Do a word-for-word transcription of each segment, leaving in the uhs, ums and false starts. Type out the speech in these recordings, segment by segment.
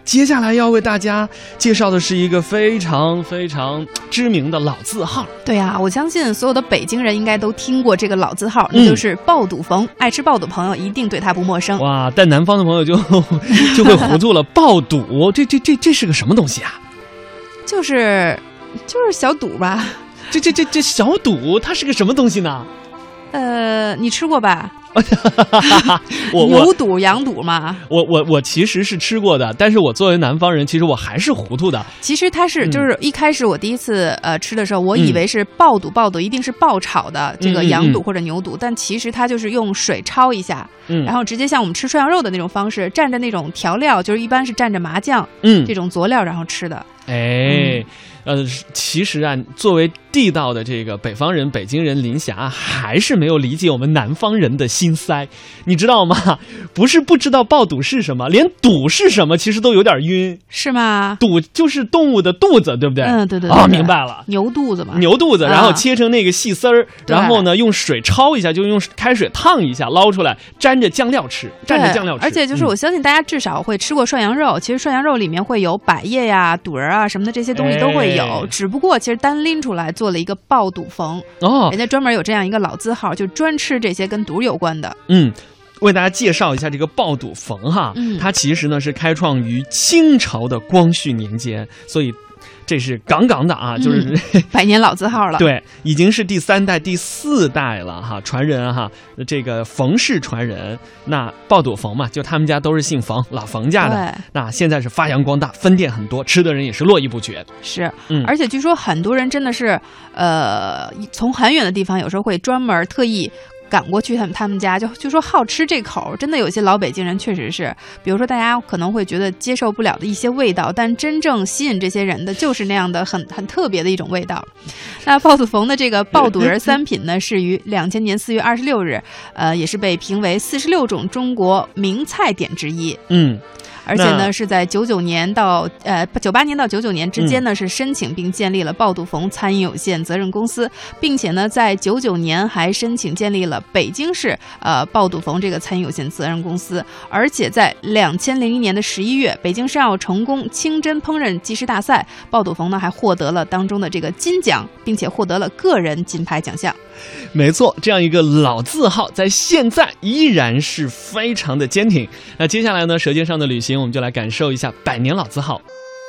接下来要为大家介绍的是一个非常非常知名的老字号。 对啊，我相信所有的北京人应该都听过这个老字号，那就是爆肚冯。嗯、爱吃爆肚朋友一定对它不陌生。 哇，但南方的朋友就就会糊涂了，爆肚这这这这是个什么东西啊？ 就是就是小肚吧。 这这这这小肚它是个什么东西呢？ 呃，你吃过吧？ 我牛肚、羊肚嘛。 我我我其实是吃过的，但是我作为南方人，其实我还是糊涂的。 其实它是、嗯、就是一开始我第一次呃吃的时候，我以为是爆肚，爆肚一定是爆炒的这个羊肚或者牛肚，嗯嗯嗯但其实它就是用水焯一下，嗯，然后直接像我们吃涮羊肉的那种方式，蘸着那种调料，就是一般是蘸着麻酱，嗯，这种佐料然后吃的。 哎。嗯呃，其实啊，作为地道的这个北方人、北京人，林霞还是没有理解我们南方人的心塞，你知道吗？不是不知道爆肚是什么，连肚是什么其实都有点晕， 是吗？ 肚就是动物的肚子，对不对？ 嗯，对对对。 哦，明白了， 牛肚子嘛， 牛肚子，然后切成那个细丝儿，啊、然后呢用水焯一下，就用开水烫一下，捞出来，沾着酱料吃，蘸着酱料吃。 而且就是我相信大家至少会吃过涮羊肉，嗯、其实涮羊肉里面会有百叶呀、肚儿啊什么的这些东西都会有。有，只不过其实单拎出来做了一个爆肚冯哦，人家专门有这样一个老字号，就专吃这些跟肚有关的。 嗯，为大家介绍一下这个爆肚冯哈，嗯、它其实呢是开创于清朝的光绪年间，所以这是杠杠的啊，就是、 嗯、百年老字号了。 对，已经是第三代、第四代了哈，传人哈，这个冯氏传人。那爆肚冯嘛，就他们家都是姓冯，老冯家的。那现在是发扬光大，分店很多，吃的人也是络绎不绝。 是，嗯，而且据说很多人真的是，呃，从很远的地方，有时候会专门特意赶过去他们他们家，就就说好吃这口，真的有些老北京人确实是，比如说大家可能会觉得接受不了的一些味道，但真正吸引这些人的就是那样的很很特别的一种味道。那爆肚冯的这个爆肚仁三品呢，是于两千年四月二十六日，呃，也是被评为四十六种中国名菜点之一。嗯。而且呢，是在九九年到呃九八年到九九年之间呢，是申请并建立了爆肚冯餐饮有限责任公司，并且呢，在九九年还申请建立了北京市呃爆肚冯这个餐饮有限责任公司。而且在两千零一年的十一月，北京申奥成功清真烹饪技师大赛，爆肚冯呢还获得了当中的这个金奖，并且获得了个人金牌奖项。 没错，这样一个老字号在现在依然是非常的坚挺。那接下来呢，舌尖上的旅行，我们就来感受一下百年老字号。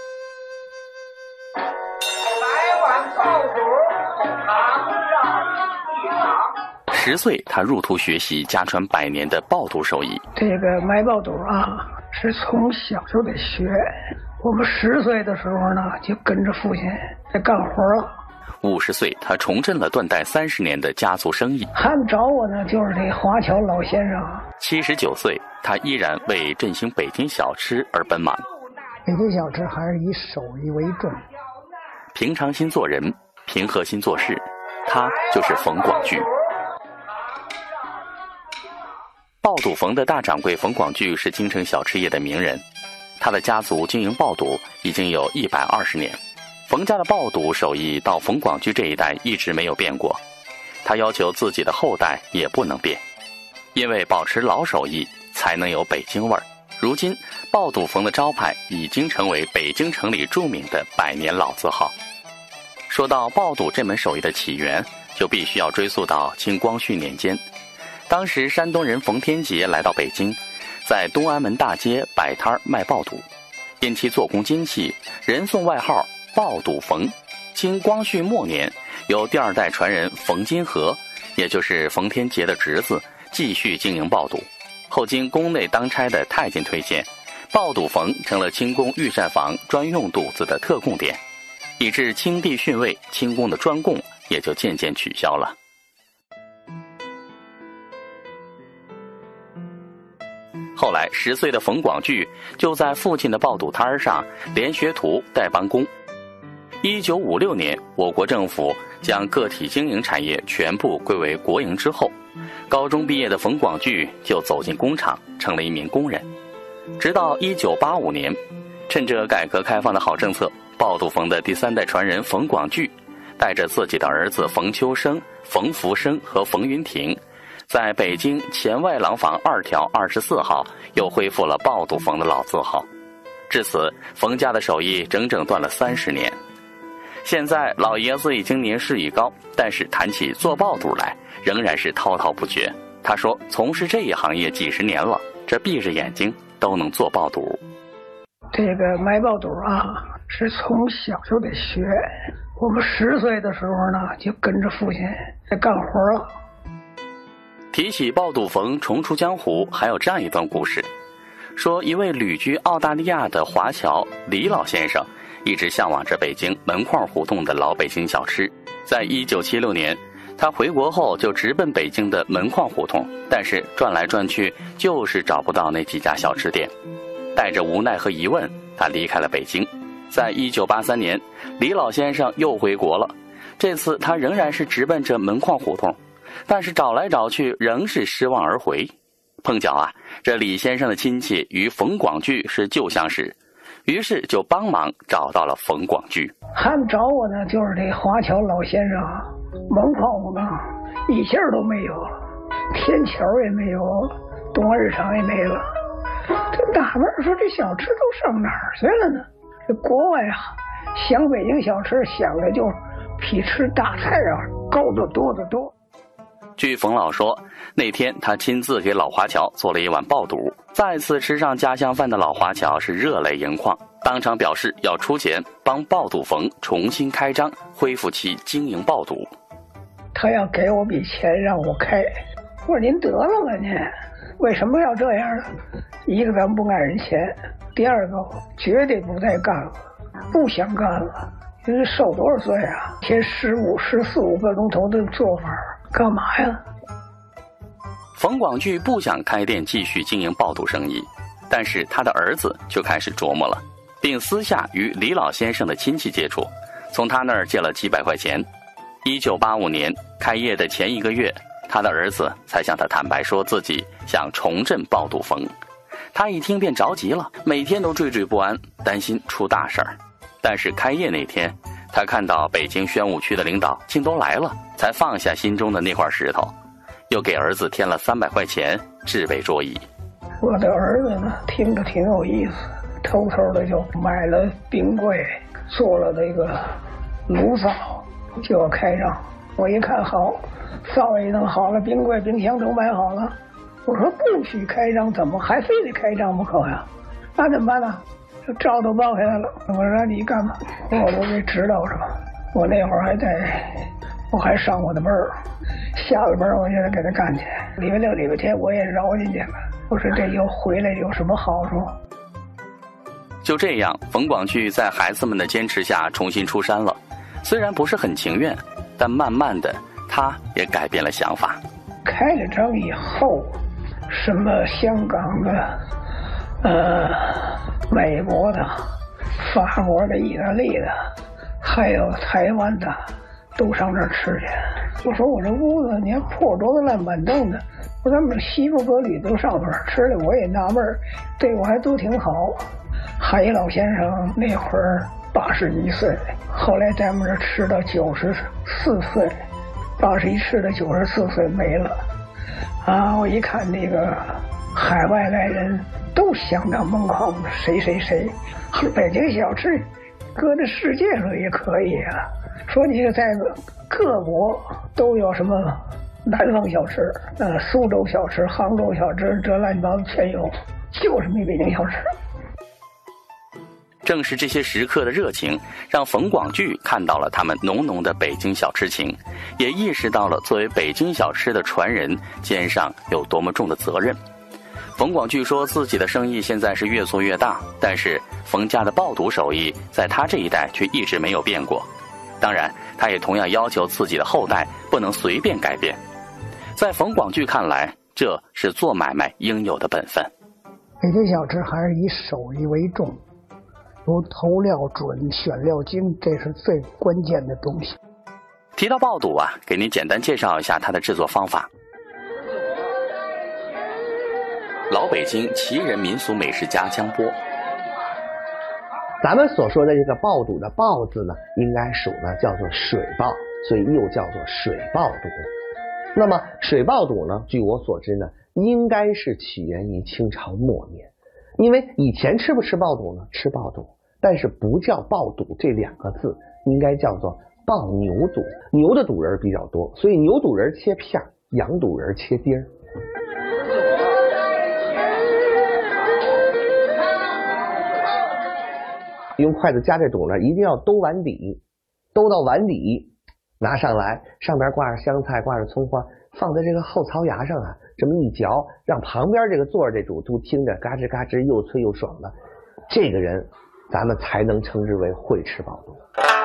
来碗爆肚，尝上一尝。 十岁，他入途学习家传百年的爆肚手艺。 这个买爆肚啊，是从小就得学。我们十岁的时候呢，就跟着父亲在干活了。 五十岁，他重振了断代三十年的家族生意。 还找我呢，就是这华侨老先生。 七十九岁，他依然为振兴北京小吃而奔忙。 北京小吃还是以手艺为重。 平常心做人，平和心做事，他就是冯广聚。爆肚冯的大掌柜冯广聚是京城小吃业的名人，他的家族经营爆肚已经有一百二十年。冯家的爆肚手艺到冯广聚这一代一直没有变过，他要求自己的后代也不能变，因为保持老手艺才能有北京味儿。如今爆肚冯的招牌已经成为北京城里著名的百年老字号。说到爆肚这门手艺的起源，就必须要追溯到清光绪年间。当时山东人冯天杰来到北京，在东安门大街摆摊卖爆肚，因其做工精细，人送外号爆肚冯。清光绪末年，由第二代传人冯金河，也就是冯天杰的侄子，继续经营爆肚。后经宫内当差的太监推荐，爆肚冯成了清宫御膳房专用肚子的特供店，以致清帝逊位，清宫的专供也就渐渐取消了。后来十岁的冯广聚就在父亲的爆肚摊上连学徒带帮工。一九五六年，我国政府将个体经营产业全部归为国营之后，高中毕业的冯广聚就走进工厂，成了一名工人。直到一九八五年，趁着改革开放的好政策，爆肚冯的第三代传人冯广聚带着自己的儿子冯秋生、冯福生和冯云亭，在北京前外廊坊二条二十四号又恢复了爆肚冯的老字号。 至此，冯家的手艺整整断了三十年。现在老爷子已经年事已高，但是谈起做爆肚来，仍然是滔滔不绝。他说，从事这一行业几十年了，这闭着眼睛都能做爆肚。 这个卖爆肚啊，是从小就得学。我们十岁的时候呢，就跟着父亲在干活了。 提起爆肚冯重出江湖，还有这样一段故事，说一位旅居澳大利亚的华侨李老先生，一直向往着北京门框胡同的老北京小吃。在一九七六年，他回国后就直奔北京的门框胡同，但是转来转去就是找不到那几家小吃店。带着无奈和疑问，他离开了北京。在一九八三年，李老先生又回国了，这次他仍然是直奔着门框胡同，但是找来找去仍是失望而回。碰巧啊，这李先生的亲戚与冯广聚是旧相识，于是就帮忙找到了冯广聚。 他们找我呢，就是这华侨老先生，门框胡同一件都没有了，天桥也没有了，东安市场也没了。这纳闷说，这小吃都上哪儿去了呢？这国外啊，想北京小吃想的就比吃大菜啊高得多得多。 据冯老说，那天他亲自给老华侨做了一碗爆肚，再次吃上家乡饭的老华侨是热泪盈眶，当场表示要出钱帮爆肚冯重新开张，恢复其经营爆肚。 他要给我笔钱让我开，我说您得了吧您，为什么要这样呢？一个咱不爱人钱，第二个绝对不再干了，不想干了。因为受多少罪啊？天十五、十四五个钟头的做法，干嘛呀？ 冯广聚不想开店继续经营爆肚生意，但是他的儿子就开始琢磨了，并私下与李老先生的亲戚接触，从他那儿借了几百块钱。一九八五年开业的前一个月，他的儿子才向他坦白说自己想重振爆肚冯。他一听便着急了，每天都惴惴不安，担心出大事儿。但是开业那天，他看到北京宣武区的领导竟都来了，才放下心中的那块石头，又给儿子添了三百块钱置备桌椅。 我的儿子呢，听着挺有意思，偷偷的就买了冰柜，做了这个炉灶，就要开张。我一看好，灶也弄好了，冰柜冰箱都买好了。我说不许开张，怎么还非得开张不可呀？那怎么办呢？这招都报下来了。我说让你干嘛？我都给知道是吧？我那会儿还在，我还上我的班儿，下了班我现在给他干去。礼拜六、礼拜天我也饶进去了。我说这又回来有什么好处？ 就这样，冯广聚在孩子们的坚持下重新出山了。虽然不是很情愿，但慢慢的他也改变了想法。 开了张以后，什么香港的、呃，美国的、法国的、意大利的，还有台湾的，都上这儿吃去。我说我这屋子，你看破桌子烂板凳的，我说咱们西服革履都上这儿吃的，我也纳闷儿，对我还都挺好。海老先生那会儿八十一岁，后来在我们这儿吃到九十四岁。八十一吃的九十四岁没了，啊！我一看那个海外来人都想当门框的谁谁谁，北京小吃搁在世界上也可以啊。说你在各国都有什么南方小吃，呃，苏州小吃、杭州小吃，这乱七八糟全有，就是没北京小吃。 正是这些食客的热情，让冯广聚看到了他们浓浓的北京小吃情，也意识到了作为北京小吃的传人肩上有多么重的责任。冯广聚说自己的生意现在是越做越大，但是冯家的爆肚手艺在他这一代却一直没有变过。当然，他也同样要求自己的后代不能随便改变。在冯广聚看来，这是做买卖应有的本分。 北京小吃还是以手艺为重，有投料准、选料精，这是最关键的东西。 提到爆肚啊，给您简单介绍一下它的制作方法。老北京旗人民俗美食家江波。 咱们所说的这个爆肚的爆字呢，应该属呢叫做水爆，所以又叫做水爆肚。那么水爆肚呢，据我所知呢，应该是起源于清朝末年。 因为以前吃不吃爆肚呢？吃爆肚，但是不叫爆肚这两个字，应该叫做爆牛肚。牛的肚仁比较多，所以牛肚仁切片，羊肚仁切丁儿。用筷子夹这肚呢，一定要兜碗底，兜到碗底，拿上来，上边挂着香菜，挂着葱花，放在这个后槽牙上啊，这么一嚼，让旁边这个坐着这主都听着嘎吱嘎吱又脆又爽的，这个人咱们才能称之为会吃爆肚。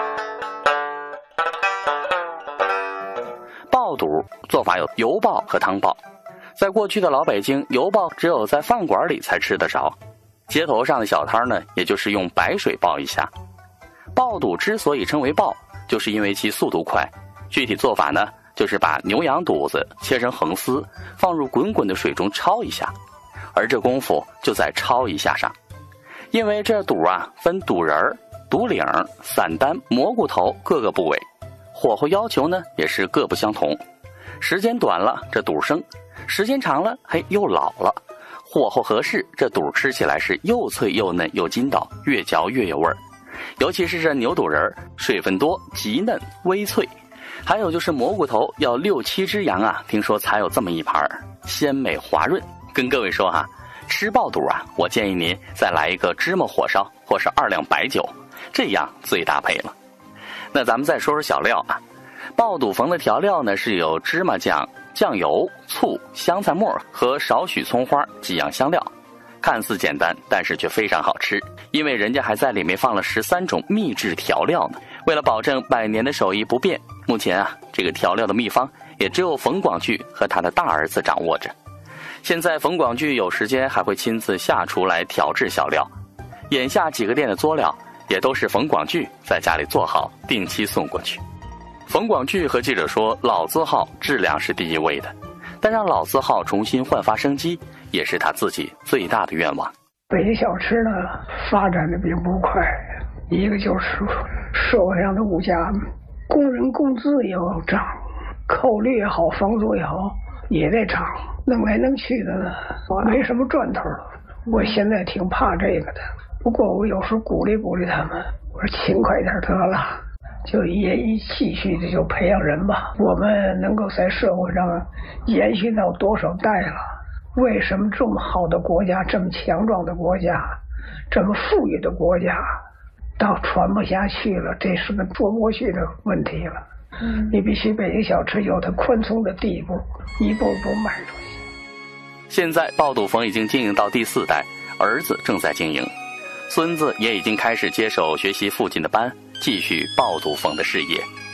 爆肚做法有油爆和汤爆，在过去的老北京，油爆只有在饭馆里才吃得着。街头上的小摊呢，也就是用白水爆一下。爆肚之所以称为爆，就是因为其速度快。具体做法呢，就是把牛羊肚子切成横丝，放入滚滚的水中焯一下，而这功夫就在焯一下上。因为这肚啊分肚仁、肚领、散丹、蘑菇头各个部位，火候要求呢也是各不相同。时间短了，这肚生；时间长了，嘿又老了。火候合适，这肚吃起来是又脆又嫩又筋道，越嚼越有味儿。尤其是这牛肚仁，水分多，极嫩微脆。还有就是蘑菇头，要六七只羊啊，听说才有这么一盘，鲜美滑润。跟各位说哈，吃爆肚啊，我建议您再来一个芝麻火烧或是二两白酒，这样最搭配了。那咱们再说说小料啊，爆肚冯的调料呢是有芝麻酱、酱油、醋、香菜末和少许葱花几样香料，看似简单，但是却非常好吃，因为人家还在里面放了十三种秘制调料呢。为了保证百年的手艺不变，目前啊，这个调料的秘方也只有冯广聚和他的大儿子掌握着。现在冯广聚有时间还会亲自下厨来调制小料，眼下几个店的佐料也都是冯广聚在家里做好，定期送过去。冯广聚和记者说，老字号质量是第一位的，但让老字号重新焕发生机，也是他自己最大的愿望。 北京小吃呢，发展的并不快，一个就是社会上的物价，工人工资也要涨，扣率也好，房租也好，也得涨，弄来弄去的呢，没什么赚头。我现在挺怕这个的，不过我有时鼓励鼓励他们，我说勤快点得了，就也继续的就培养人吧。我们能够在社会上延续到多少代了？为什么这么好的国家，这么强壮的国家，这么富裕的国家，到传不下去了？这是个做不过去的问题了。嗯，你必须北京小吃有它宽松的地步，一步步迈出去。 现在爆肚冯已经经营到第四代，儿子正在经营，孙子也已经开始接手学习父亲的班，继续爆肚冯的事业。